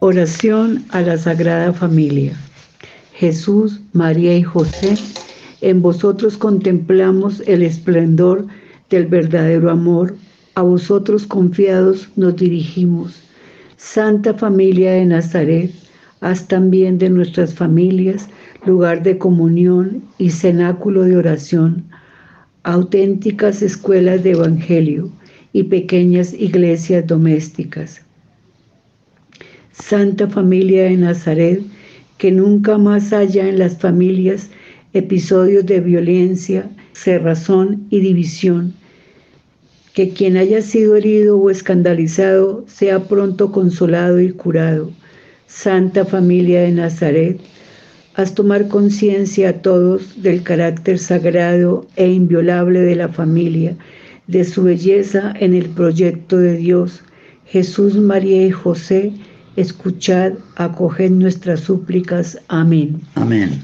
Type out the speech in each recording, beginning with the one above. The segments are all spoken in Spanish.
Oración a la Sagrada Familia. Jesús, María y José, en vosotros contemplamos el esplendor del verdadero amor. A vosotros confiados nos dirigimos. Santa Familia de Nazaret, haz también de nuestras familias lugar de comunión y cenáculo de oración, auténticas escuelas de evangelio y pequeñas iglesias domésticas. Santa Familia de Nazaret, que nunca más haya en las familias episodios de violencia, cerrazón y división. Que quien haya sido herido o escandalizado sea pronto consolado y curado. Santa Familia de Nazaret, haz tomar conciencia a todos del carácter sagrado e inviolable de la familia, de su belleza en el proyecto de Dios. Jesús, María y José, escuchad, acoged nuestras súplicas. Amén. Amén.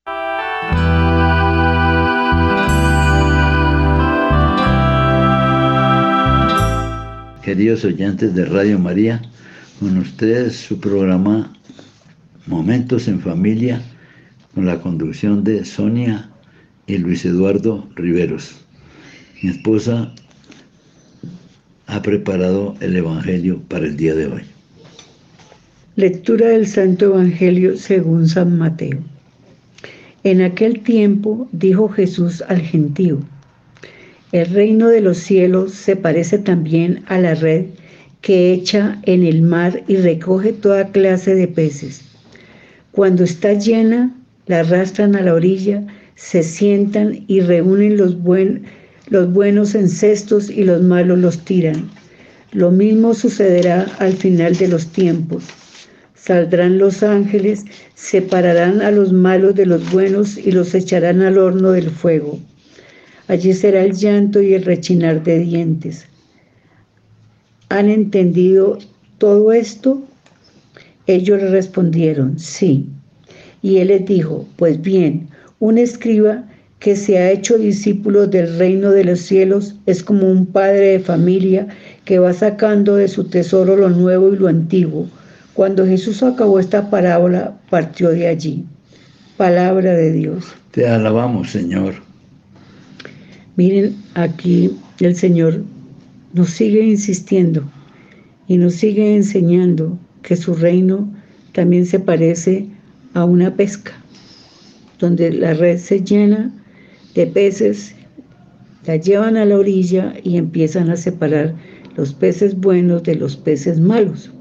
Queridos oyentes de Radio María, con ustedes su programa Momentos en Familia, con la conducción de Sonia y Luis Eduardo Riveros. Mi esposa ha preparado el Evangelio para el día de hoy. Lectura del Santo Evangelio según San Mateo. En aquel tiempo dijo Jesús al gentío: el reino de los cielos se parece también a la red que echa en el mar y recoge toda clase de peces. Cuando está llena, la arrastran a la orilla, se sientan y reúnen los buenos en cestos y los malos los tiran. Lo mismo sucederá al final de los tiempos. Saldrán los ángeles, separarán a los malos de los buenos y los echarán al horno del fuego. Allí será el llanto y el rechinar de dientes. ¿Han entendido todo esto? Ellos le respondieron, sí. Y él les dijo, pues bien, un escriba que se ha hecho discípulo del reino de los cielos es como un padre de familia que va sacando de su tesoro lo nuevo y lo antiguo. Cuando Jesús acabó esta parábola, partió de allí. Palabra de Dios. Te alabamos, Señor. Miren, aquí el Señor nos sigue insistiendo y nos sigue enseñando que su reino también se parece a una pesca, donde la red se llena de peces, la llevan a la orilla y empiezan a separar los peces buenos de los peces malos.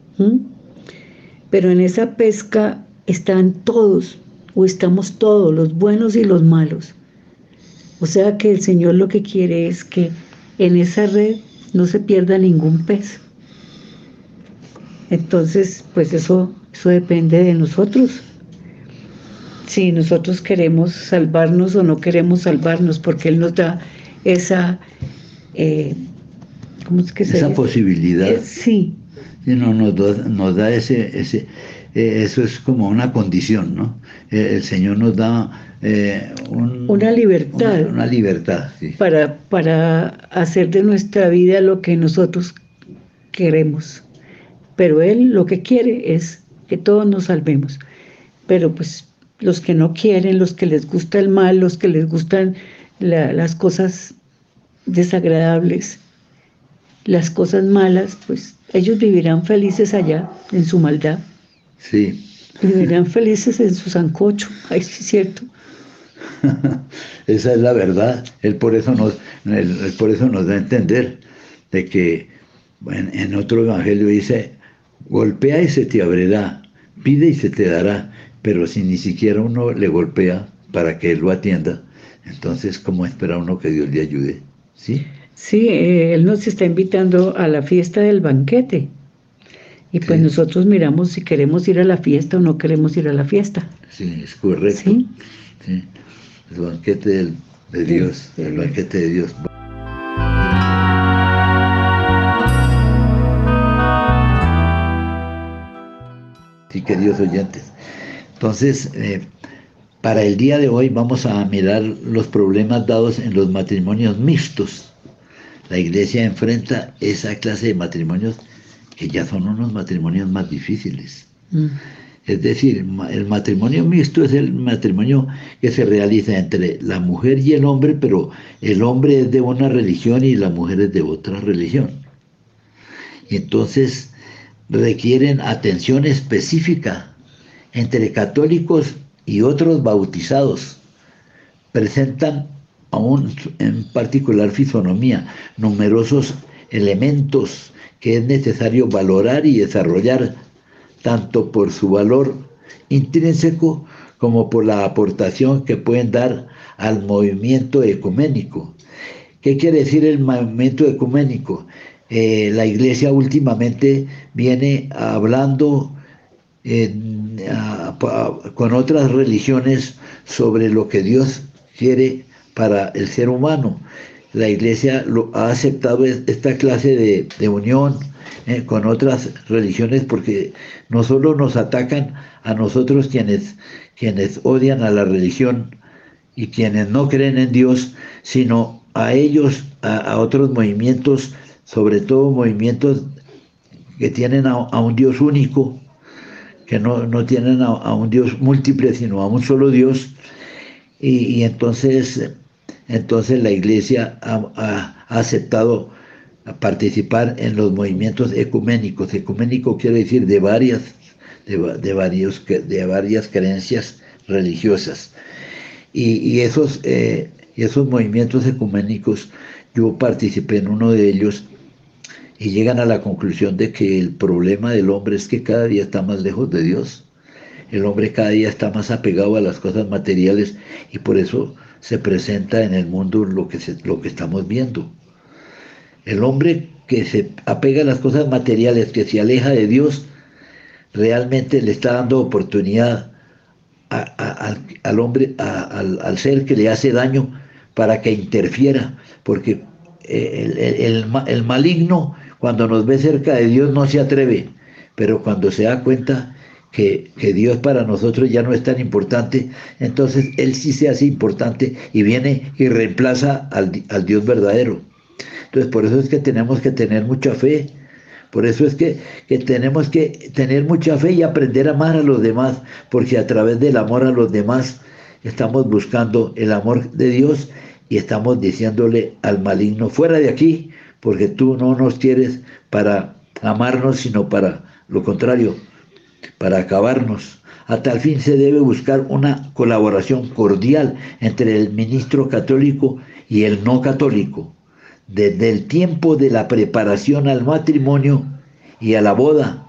Pero en esa pesca están todos, o estamos todos, los buenos y los malos. O sea que el Señor lo que quiere es que en esa red no se pierda ningún pez. Entonces, pues eso depende de nosotros. Si nosotros queremos salvarnos o no queremos salvarnos, porque Él nos da esa, ¿cómo es que se dice? Esa posibilidad. Sí. Y nos da ese eso es como una condición, ¿no? El Señor nos da una libertad. Una libertad, sí. Para hacer de nuestra vida lo que nosotros queremos. Pero Él lo que quiere es que todos nos salvemos. Pero pues los que no quieren, los que les gusta el mal, los que les gustan las cosas desagradables, las cosas malas, pues ellos vivirán felices allá, en su maldad. Sí. Vivirán felices en su sancocho. Ay, sí, es cierto. Esa es la verdad. Él por eso nos da a entender de que en otro evangelio dice, golpea y se te abrirá, pide y se te dará, pero si ni siquiera uno le golpea para que Él lo atienda, entonces ¿cómo espera uno que Dios le ayude? ¿Sí? Sí, Él nos está invitando a la fiesta del banquete. Y pues sí. Nosotros miramos si queremos ir a la fiesta o no queremos ir a la fiesta. Sí, es correcto. Sí. Sí. El banquete de Dios, el banquete de Dios. Sí, queridos oyentes. Entonces, para el día de hoy vamos a mirar los problemas dados en los matrimonios mixtos. La Iglesia enfrenta esa clase de matrimonios que ya son unos matrimonios más difíciles. Mm. Es decir, el matrimonio mixto es el matrimonio que se realiza entre la mujer y el hombre, pero el hombre es de una religión y la mujer es de otra religión. Y entonces requieren atención específica entre católicos y otros bautizados. Presentan aún en particular fisonomía, numerosos elementos que es necesario valorar y desarrollar, tanto por su valor intrínseco como por la aportación que pueden dar al movimiento ecuménico. ¿Qué quiere decir el movimiento ecuménico? La Iglesia últimamente viene hablando con otras religiones sobre lo que Dios quiere para el ser humano. La Iglesia ha aceptado esta clase de unión con otras religiones, porque no solo nos atacan a nosotros quienes odian a la religión y quienes no creen en Dios, sino a ellos, a otros movimientos, sobre todo movimientos que tienen a un Dios único, que no tienen a un Dios múltiple, sino a un solo Dios. Y entonces la Iglesia ha aceptado participar en los movimientos ecuménicos. Ecuménico quiere decir de varias creencias religiosas. Y esos movimientos ecuménicos, yo participé en uno de ellos, y llegan a la conclusión de que el problema del hombre es que cada día está más lejos de Dios. El hombre cada día está más apegado a las cosas materiales, y por eso se presenta en el mundo lo que estamos viendo. El hombre que se apega a las cosas materiales, que se aleja de Dios, realmente le está dando oportunidad al hombre, al ser que le hace daño, para que interfiera, porque el maligno, cuando nos ve cerca de Dios, no se atreve, pero cuando se da cuenta que Dios para nosotros ya no es tan importante, entonces él sí se hace importante y viene y reemplaza al Dios verdadero. Entonces por eso es que tenemos que tener mucha fe. Por eso es que tenemos que tener mucha fe y aprender a amar a los demás, porque a través del amor a los demás estamos buscando el amor de Dios y estamos diciéndole al maligno: fuera de aquí, porque tú no nos quieres para amarnos, sino para lo contrario, para acabarnos. A tal fin se debe buscar una colaboración cordial entre el ministro católico y el no católico, desde el tiempo de la preparación al matrimonio y a la boda.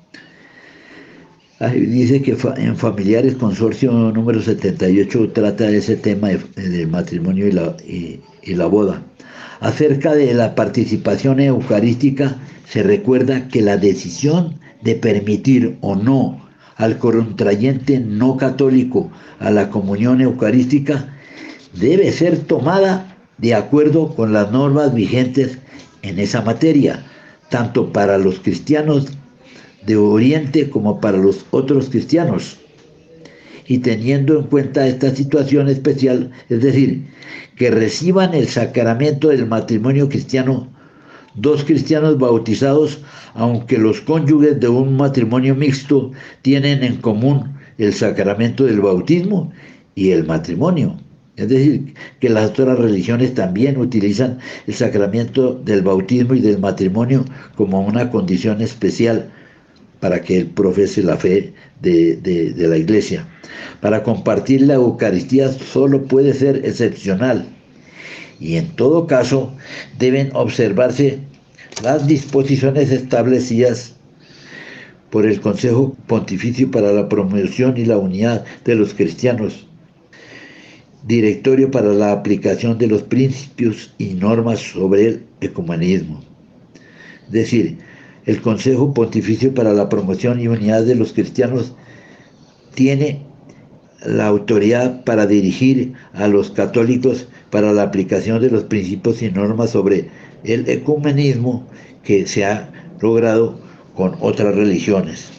Dice que en Familiares Consorcio número 78 trata ese tema del matrimonio y la boda. Acerca de la participación eucarística, se recuerda que la decisión de permitir o no al contrayente no católico a la comunión eucarística debe ser tomada de acuerdo con las normas vigentes en esa materia, tanto para los cristianos de Oriente como para los otros cristianos. Y teniendo en cuenta esta situación especial, es decir, que reciban el sacramento del matrimonio cristiano dos cristianos bautizados, aunque los cónyuges de un matrimonio mixto tienen en común el sacramento del bautismo y el matrimonio. Es decir, que las otras religiones también utilizan el sacramento del bautismo y del matrimonio como una condición especial para que él profese la fe de la Iglesia. Para compartir la Eucaristía solo puede ser excepcional, y en todo caso deben observarse las disposiciones establecidas por el Consejo Pontificio para la Promoción y la Unidad de los Cristianos, Directorio para la aplicación de los principios y normas sobre el ecumenismo. Es decir, el Consejo Pontificio para la Promoción y Unidad de los Cristianos tiene la autoridad para dirigir a los católicos para la aplicación de los principios y normas sobre el ecumenismo que se ha logrado con otras religiones.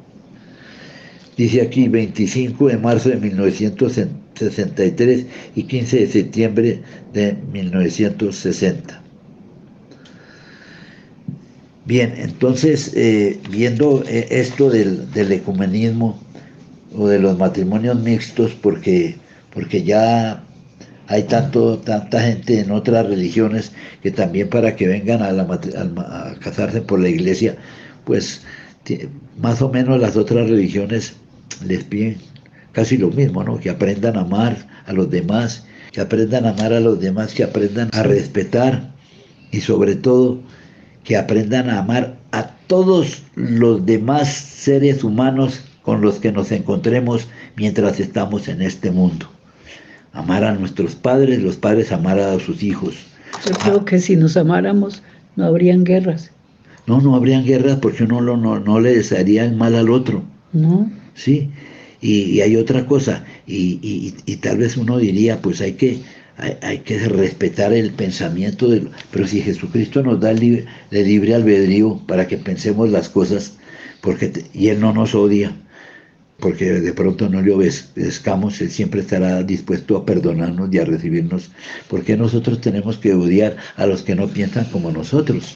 Dice aquí 25 de marzo de 1963 y 15 de septiembre de 1960. Bien, entonces, viendo esto del ecumenismo o de los matrimonios mixtos, porque ya hay tanta gente en otras religiones que también para que vengan a casarse por la iglesia, pues más o menos las otras religiones les piden casi lo mismo, ¿no? Que aprendan a amar a los demás, que aprendan a amar a los demás, que aprendan a respetar y sobre todo que aprendan a amar a todos los demás seres humanos con los que nos encontremos mientras estamos en este mundo. Amar a nuestros padres, los padres amar a sus hijos. Yo creo que si nos amáramos no habrían guerras. No habrían guerras porque uno no le desearía el mal al otro. No. ¿Sí? Y hay otra cosa, y tal vez uno diría, pues hay que respetar el pensamiento, pero si Jesucristo nos da el libre albedrío para que pensemos las cosas, y Él no nos odia, porque de pronto no le obedezcamos, Él siempre estará dispuesto a perdonarnos y a recibirnos, porque nosotros tenemos que odiar a los que no piensan como nosotros.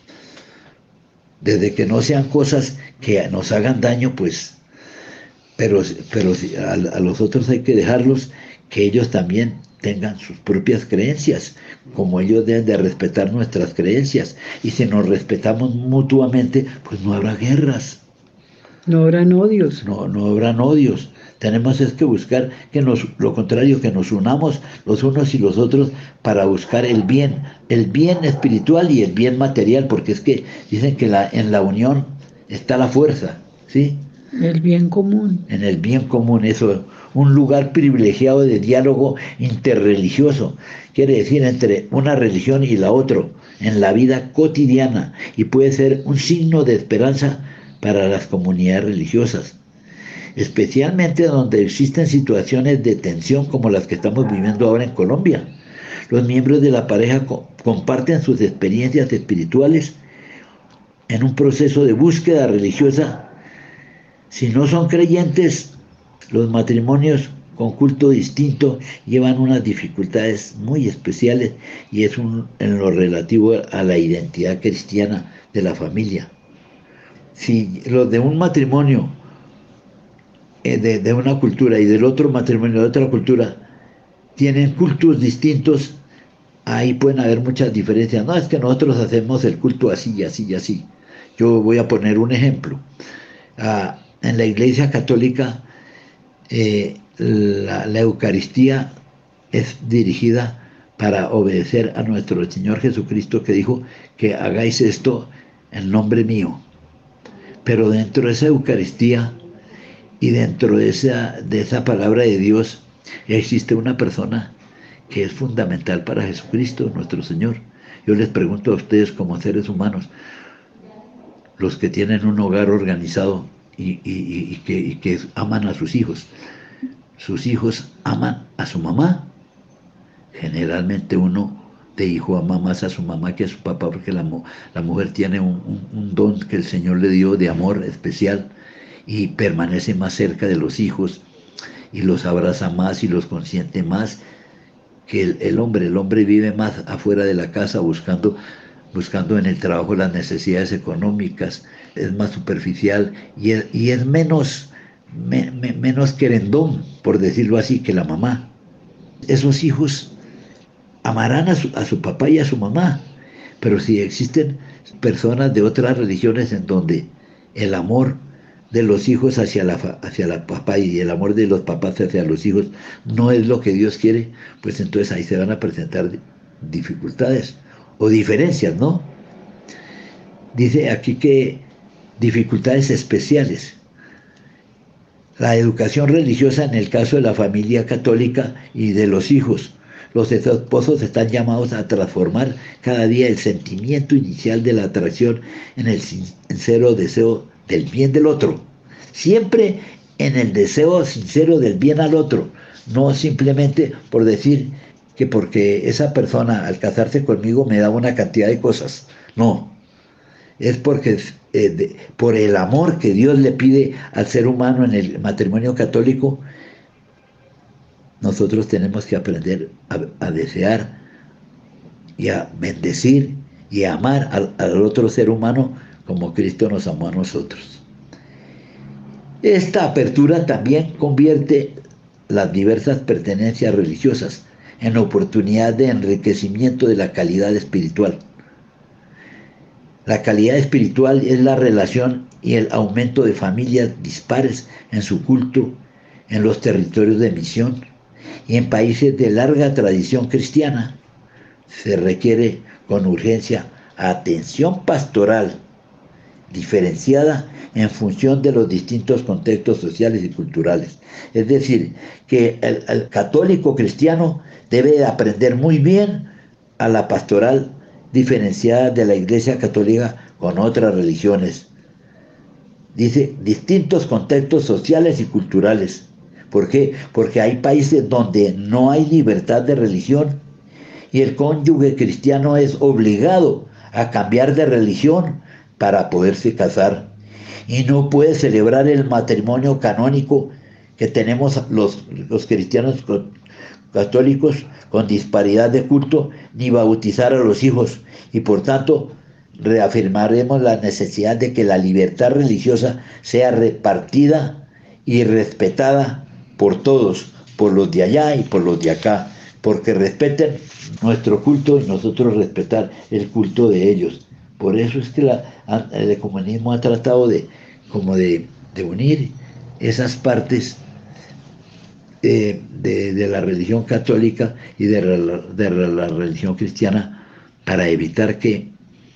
Desde que no sean cosas que nos hagan daño, pues, pero a los otros hay que dejarlos que ellos también tengan sus propias creencias, como ellos deben de respetar nuestras creencias. Y si nos respetamos mutuamente, pues no habrá guerras. No habrán odios. No habrán odios. Tenemos es que buscar lo contrario, que nos unamos los unos y los otros para buscar el bien espiritual y el bien material, porque es que dicen que en la unión está la fuerza, ¿sí? El bien común. En el bien común, eso, un lugar privilegiado de diálogo interreligioso, quiere decir entre una religión y la otra, en la vida cotidiana, y puede ser un signo de esperanza para las comunidades religiosas, especialmente donde existen situaciones de tensión como las que estamos viviendo ahora en Colombia. Los miembros de la pareja comparten sus experiencias espirituales en un proceso de búsqueda religiosa. Si no son creyentes, los matrimonios con culto distinto llevan unas dificultades muy especiales y es en lo relativo a la identidad cristiana de la familia. Si los de un matrimonio de una cultura y del otro matrimonio de otra cultura tienen cultos distintos, ahí pueden haber muchas diferencias. No, es que nosotros hacemos el culto así y así y así. Yo voy a poner un ejemplo. En la Iglesia Católica la Eucaristía es dirigida para obedecer a nuestro Señor Jesucristo, que dijo que hagáis esto en nombre mío. Pero dentro de esa Eucaristía y dentro de esa palabra de Dios existe una persona que es fundamental para Jesucristo, nuestro Señor. Yo les pregunto a ustedes como seres humanos, los que tienen un hogar organizado y que aman a sus hijos aman a su mamá. Generalmente uno de hijo ama más a su mamá que a su papá, porque la mujer tiene un don que el Señor le dio de amor especial y permanece más cerca de los hijos y los abraza más y los consiente más que el hombre. El hombre vive más afuera de la casa buscando en el trabajo las necesidades económicas, es más superficial y es menos querendón, por decirlo así, que la mamá. Esos hijos amarán a su papá y a su mamá, pero si existen personas de otras religiones en donde el amor de los hijos hacia la papá y el amor de los papás hacia los hijos no es lo que Dios quiere, pues entonces ahí se van a presentar dificultades o diferencias, ¿no? Dice aquí que dificultades especiales. La educación religiosa en el caso de la familia católica y de los hijos. Los esposos están llamados a transformar cada día el sentimiento inicial de la atracción en el sincero deseo del bien del otro. Siempre en el deseo sincero del bien al otro, no simplemente por decir que porque esa persona al casarse conmigo me da una cantidad de cosas. No, es porque por el amor que Dios le pide al ser humano en el matrimonio católico, nosotros tenemos que aprender a desear y a bendecir y amar al otro ser humano como Cristo nos amó a nosotros. Esta apertura también convierte las diversas pertenencias religiosas en oportunidad de enriquecimiento de la calidad espiritual. La calidad espiritual es la relación y el aumento de familias dispares en su culto en los territorios de misión y en países de larga tradición cristiana. Se requiere con urgencia atención pastoral diferenciada en función de los distintos contextos sociales y culturales. Es decir, que el católico cristiano debe aprender muy bien a la pastoral diferenciada de la Iglesia Católica con otras religiones. Dice, distintos contextos sociales y culturales. ¿Por qué? Porque hay países donde no hay libertad de religión y el cónyuge cristiano es obligado a cambiar de religión para poderse casar y no puede celebrar el matrimonio canónico que tenemos los cristianos católicos con disparidad de culto, ni bautizar a los hijos, y por tanto reafirmaremos la necesidad de que la libertad religiosa sea repartida y respetada por todos, por los de allá y por los de acá, porque respeten nuestro culto y nosotros respetar el culto de ellos. Por eso es que el ecumenismo ha tratado de unir esas partes de la religión católica y de la religión cristiana para evitar que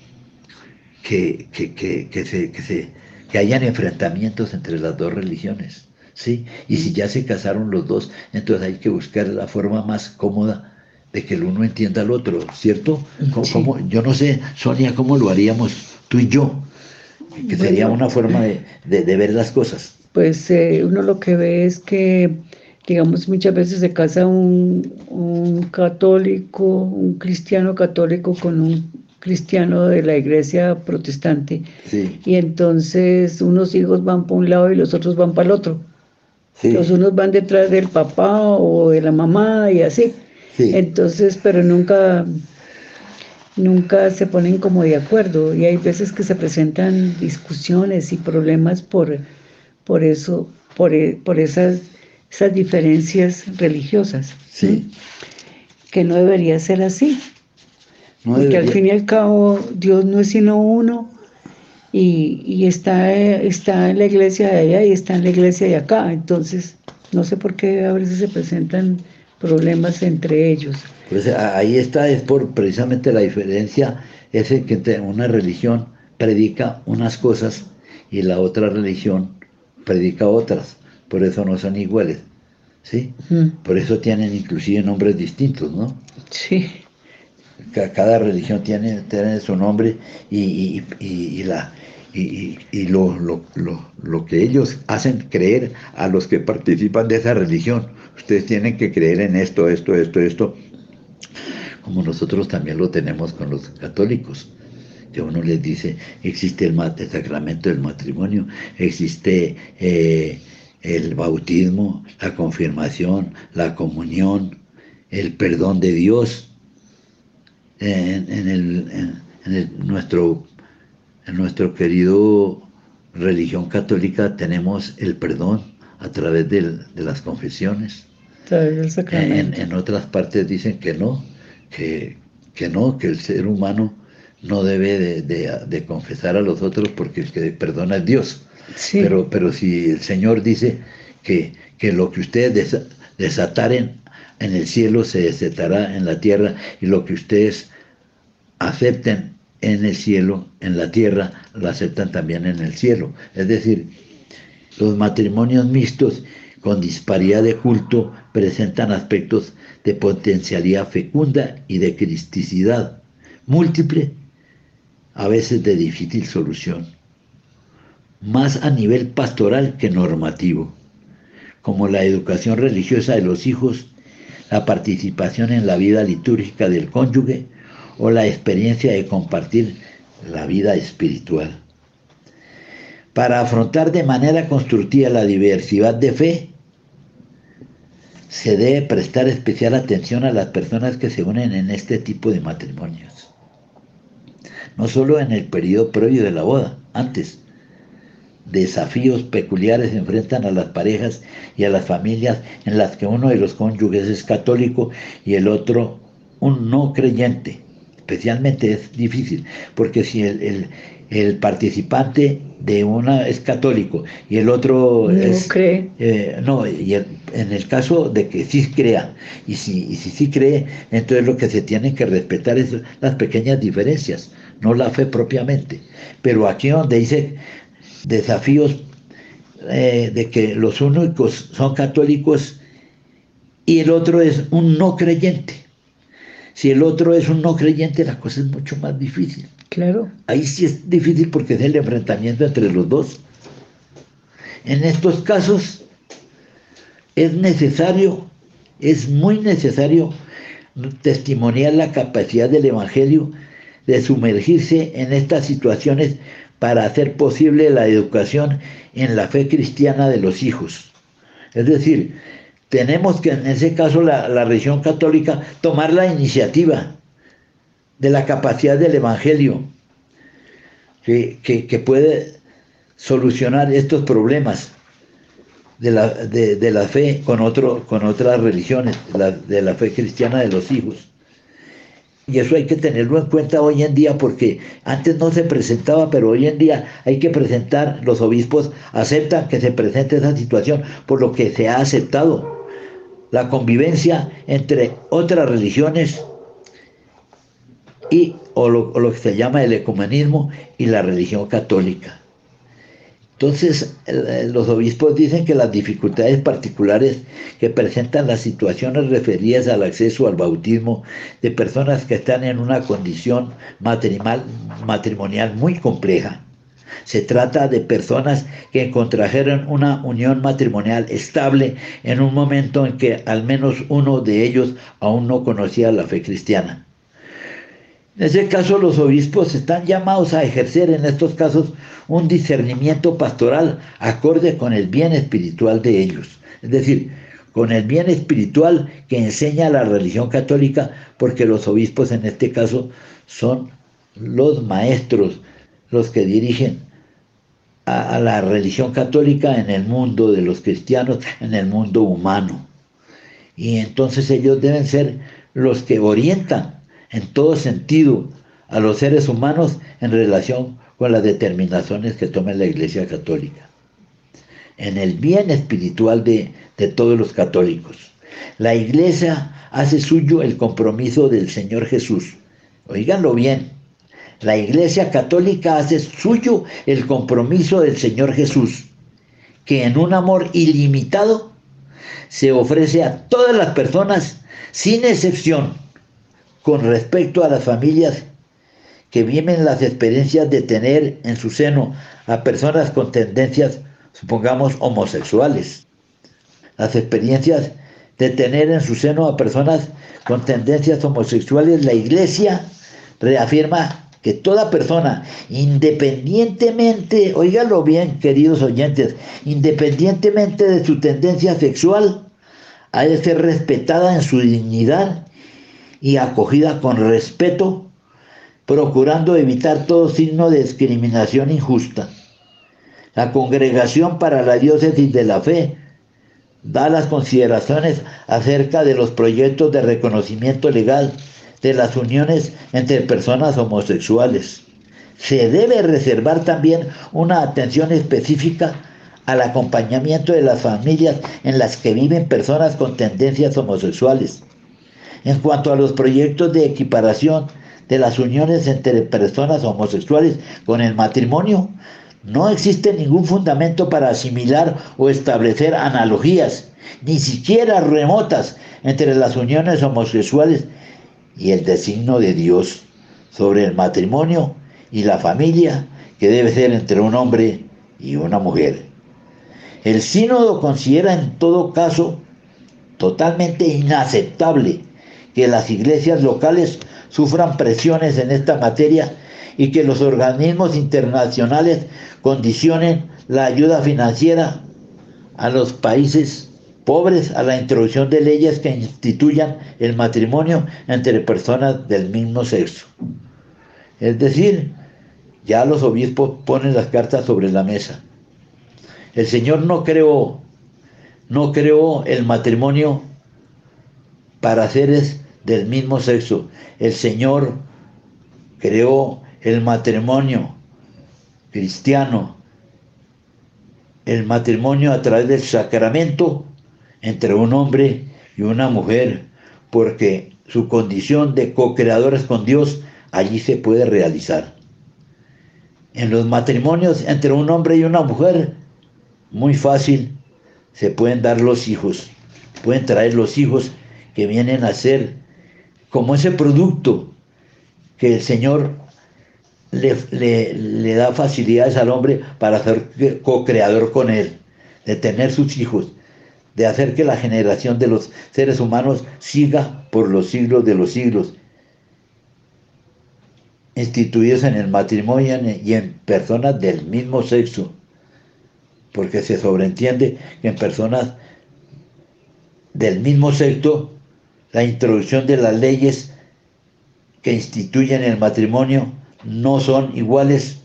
hayan enfrentamientos entre las dos religiones, ¿sí? Y si ya se casaron los dos, entonces hay que buscar la forma más cómoda de que el uno entienda al otro, ¿cierto? Sí. Yo no sé, Sonia, cómo lo haríamos tú y yo, que sería una forma de ver las cosas. Pues uno lo que ve es que, digamos, muchas veces se casa un católico, un cristiano católico con un cristiano de la iglesia protestante, Sí, y entonces unos hijos van para un lado y los otros van para el otro. Los sí, unos van detrás del papá o de la mamá y así. sí, Entonces, pero nunca se ponen como de acuerdo, y hay veces que se presentan discusiones y problemas por eso, por esas diferencias religiosas, sí. que no debería ser así, No porque al debería. fin y al cabo Dios no es sino uno, y está en la iglesia de allá y está en la iglesia de acá. Entonces no sé por qué a veces se presentan problemas entre ellos. Pues ahí está, es por precisamente la diferencia, es en que una religión predica unas cosas y la otra religión predica otras, por eso no son iguales, ¿sí? Mm, Por eso tienen inclusive nombres distintos, ¿no? sí, Cada religión tiene su nombre y lo que ellos hacen creer a los que participan de esa religión. Ustedes tienen que creer en esto, esto, esto, esto, como nosotros también lo tenemos con los católicos, que uno les dice, existe el sacramento del matrimonio, existe el bautismo, la confirmación, la comunión, el perdón de Dios. En nuestro querido religión católica tenemos el perdón a través de las confesiones. través del En, sacramento. en otras partes dicen que no, que no, que el ser humano no debe de confesar a los otros porque el que perdona es Dios. Sí, Pero si el Señor dice que lo que ustedes desataren en el cielo se desatará en la tierra, y lo que ustedes acepten en el cielo, en la tierra, lo aceptan también en el cielo. Es decir, los matrimonios mixtos con disparidad de culto presentan aspectos de potencialidad fecunda y de cristicidad múltiple, a veces de difícil solución, más a nivel pastoral que normativo, como la educación religiosa de los hijos, la participación en la vida litúrgica del cónyuge o la experiencia de compartir la vida espiritual. Para afrontar de manera constructiva la diversidad de fe, se debe prestar especial atención a las personas que se unen en este tipo de matrimonios. no solo en el periodo previo de la boda, antes. Desafíos peculiares enfrentan a las parejas y a las familias en las que uno de los cónyuges es católico y el otro un no creyente. Especialmente es difícil, porque si el participante de una es católico y el otro no cree. No, en el caso de que sí crea, y si sí cree, entonces lo que se tiene que respetar es las pequeñas diferencias, no la fe propiamente. Pero aquí donde dice desafíos de que los únicos son católicos y el otro es un no creyente. Si el otro es un no creyente, la cosa es mucho más difícil. Claro. Ahí sí es difícil porque es el enfrentamiento entre los dos. En estos casos es necesario, es muy necesario testimoniar la capacidad del Evangelio de sumergirse en estas situaciones para hacer posible la educación en la fe cristiana de los hijos. Es decir, tenemos que en ese caso la religión católica tomar la iniciativa de la capacidad del Evangelio que puede solucionar estos problemas de la fe con otras religiones, de la fe cristiana de los hijos. Y eso hay que tenerlo en cuenta hoy en día porque antes no se presentaba, pero hoy en día hay que presentar, los obispos aceptan que se presente esa situación, por lo que se ha aceptado la convivencia entre otras religiones o lo que se llama el ecumenismo y la religión católica. Entonces, los obispos dicen que las dificultades particulares que presentan las situaciones referidas al acceso al bautismo de personas que están en una condición matrimonial muy compleja. Se trata de personas que contrajeron una unión matrimonial estable en un momento en que al menos uno de ellos aún no conocía la fe cristiana. En ese caso, los obispos están llamados a ejercer en estos casos un discernimiento pastoral acorde con el bien espiritual de ellos. Es decir, con el bien espiritual que enseña la religión católica, porque los obispos en este caso son los maestros, los que dirigen a la religión católica en el mundo de los cristianos, en el mundo humano. Y entonces ellos deben ser los que orientan en todo sentido a los seres humanos en relación con las determinaciones que tome la Iglesia Católica, en el bien espiritual de todos los católicos. La Iglesia hace suyo el compromiso del Señor Jesús. Oíganlo bien, la Iglesia Católica hace suyo el compromiso del Señor Jesús, que en un amor ilimitado se ofrece a todas las personas sin excepción, con respecto a las familias que viven las experiencias de tener en su seno a personas con tendencias, supongamos, homosexuales. Las experiencias de tener en su seno a personas con tendencias homosexuales, la Iglesia reafirma que toda persona, independientemente, óiganlo bien, queridos oyentes, independientemente de su tendencia sexual, ha de ser respetada en su dignidad y acogida con respeto, procurando evitar todo signo de discriminación injusta. La Congregación para la Diócesis de la Fe da las consideraciones acerca de los proyectos de reconocimiento legal de las uniones entre personas homosexuales. Se debe reservar también una atención específica al acompañamiento de las familias en las que viven personas con tendencias homosexuales. En cuanto a los proyectos de equiparación de las uniones entre personas homosexuales con el matrimonio, no existe ningún fundamento para asimilar o establecer analogías, ni siquiera remotas, entre las uniones homosexuales y el designio de Dios sobre el matrimonio y la familia, que debe ser entre un hombre y una mujer. El sínodo considera en todo caso totalmente inaceptable que las iglesias locales sufran presiones en esta materia y que los organismos internacionales condicionen la ayuda financiera a los países pobres a la introducción de leyes que instituyan el matrimonio entre personas del mismo sexo. Es decir, ya los obispos ponen las cartas sobre la mesa. El Señor no creó el matrimonio para seres del mismo sexo. El Señor creó el matrimonio cristiano, el matrimonio a través del sacramento entre un hombre y una mujer, porque su condición de co-creadores con Dios allí se puede realizar. En los matrimonios entre un hombre y una mujer, muy fácil, se pueden dar los hijos, pueden traer los hijos que vienen a ser como ese producto que el Señor le da facilidades al hombre para ser co-creador con él, de tener sus hijos, de hacer que la generación de los seres humanos siga por los siglos de los siglos, instituidos en el matrimonio y en personas del mismo sexo, porque se sobreentiende que en personas del mismo sexo la introducción de las leyes que instituyen el matrimonio no son iguales,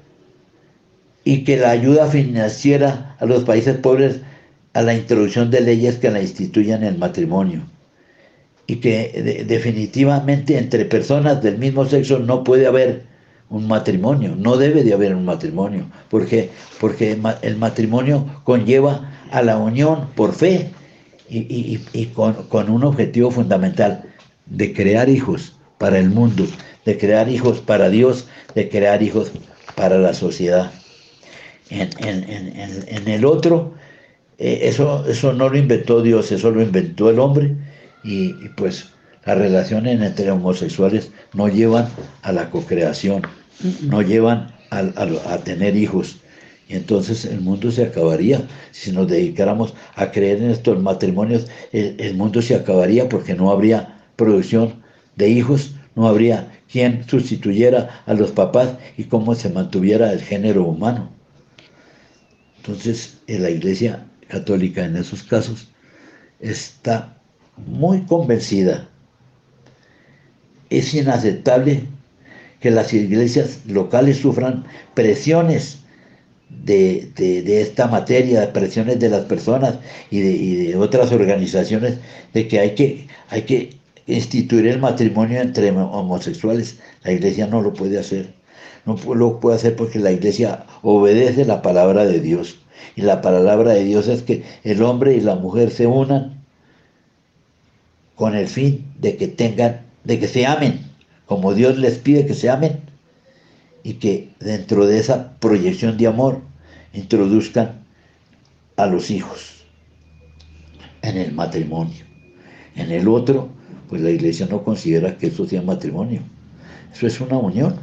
y que la ayuda financiera a los países pobres a la introducción de leyes que la instituyan el matrimonio, y que definitivamente entre personas del mismo sexo no puede haber un matrimonio, no debe de haber un matrimonio, porque el matrimonio conlleva a la unión por fe y con un objetivo fundamental de crear hijos para el mundo, de crear hijos para Dios, de crear hijos para la sociedad. En el otro, eso no lo inventó Dios, eso lo inventó el hombre, y pues las relaciones entre homosexuales no llevan a la procreación, no llevan a tener hijos. Y entonces el mundo se acabaría. Si nos dedicáramos a creer en estos matrimonios, el mundo se acabaría, porque no habría producción de hijos, no habría quien sustituyera a los papás y cómo se mantuviera el género humano. Entonces, la Iglesia Católica en esos casos está muy convencida. Es inaceptable que las iglesias locales sufran presiones de esta materia, presiones de las personas y de otras organizaciones, de que hay que instituir el matrimonio entre homosexuales. La Iglesia no lo puede hacer. No lo puede hacer porque la Iglesia obedece la palabra de Dios. Y la palabra de Dios es que el hombre y la mujer se unan con el fin de que se amen, como Dios les pide que se amen, y que dentro de esa proyección de amor introduzcan a los hijos en el matrimonio. En el otro, pues la Iglesia no considera que eso sea matrimonio. Eso es una unión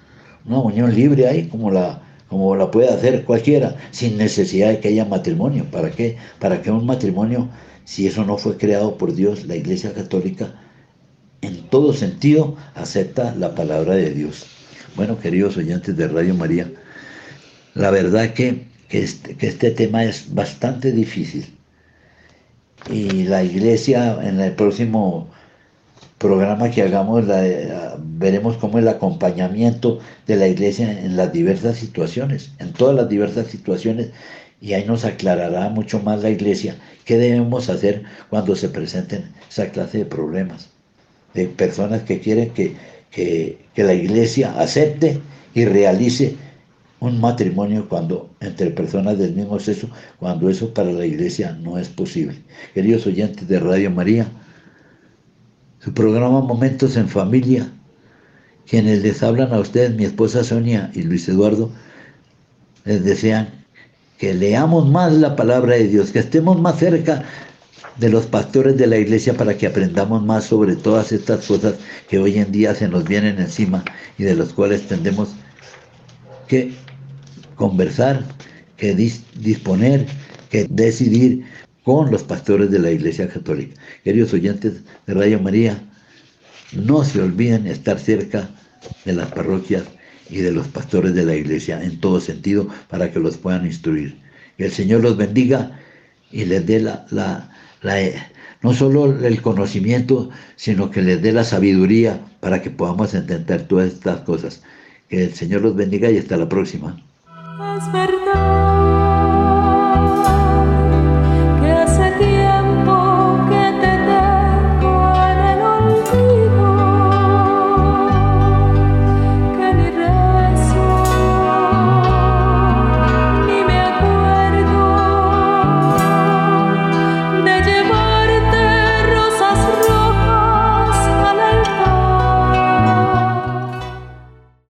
libre ahí, como la puede hacer cualquiera, sin necesidad de que haya matrimonio. ¿Para qué? ¿Para qué un matrimonio si eso no fue creado por Dios? La Iglesia Católica en todo sentido acepta la palabra de Dios. Bueno, queridos oyentes de Radio María, la verdad que este tema es bastante difícil, y la Iglesia, en el próximo programa que hagamos, veremos cómo el acompañamiento de la Iglesia en las diversas situaciones, en todas las diversas situaciones, y ahí nos aclarará mucho más la Iglesia qué debemos hacer cuando se presenten esa clase de problemas, de personas que quieren que la Iglesia acepte y realice un matrimonio entre personas del mismo sexo, cuando eso para la Iglesia no es posible. Queridos oyentes de Radio María, su programa Momentos en Familia, quienes les hablan a ustedes, mi esposa Sonia y Luis Eduardo, les desean que leamos más la palabra de Dios, que estemos más cerca de los pastores de la Iglesia, para que aprendamos más sobre todas estas cosas que hoy en día se nos vienen encima y de las cuales tendremos que conversar, que disponer, que decidir con los pastores de la Iglesia Católica. Queridos oyentes de Radio María, no se olviden estar cerca de las parroquias y de los pastores de la Iglesia en todo sentido, para que los puedan instruir. Que el Señor los bendiga y les dé no solo el conocimiento, sino que les dé la sabiduría para que podamos entender todas estas cosas. Que el Señor los bendiga y hasta la próxima. Es verdad.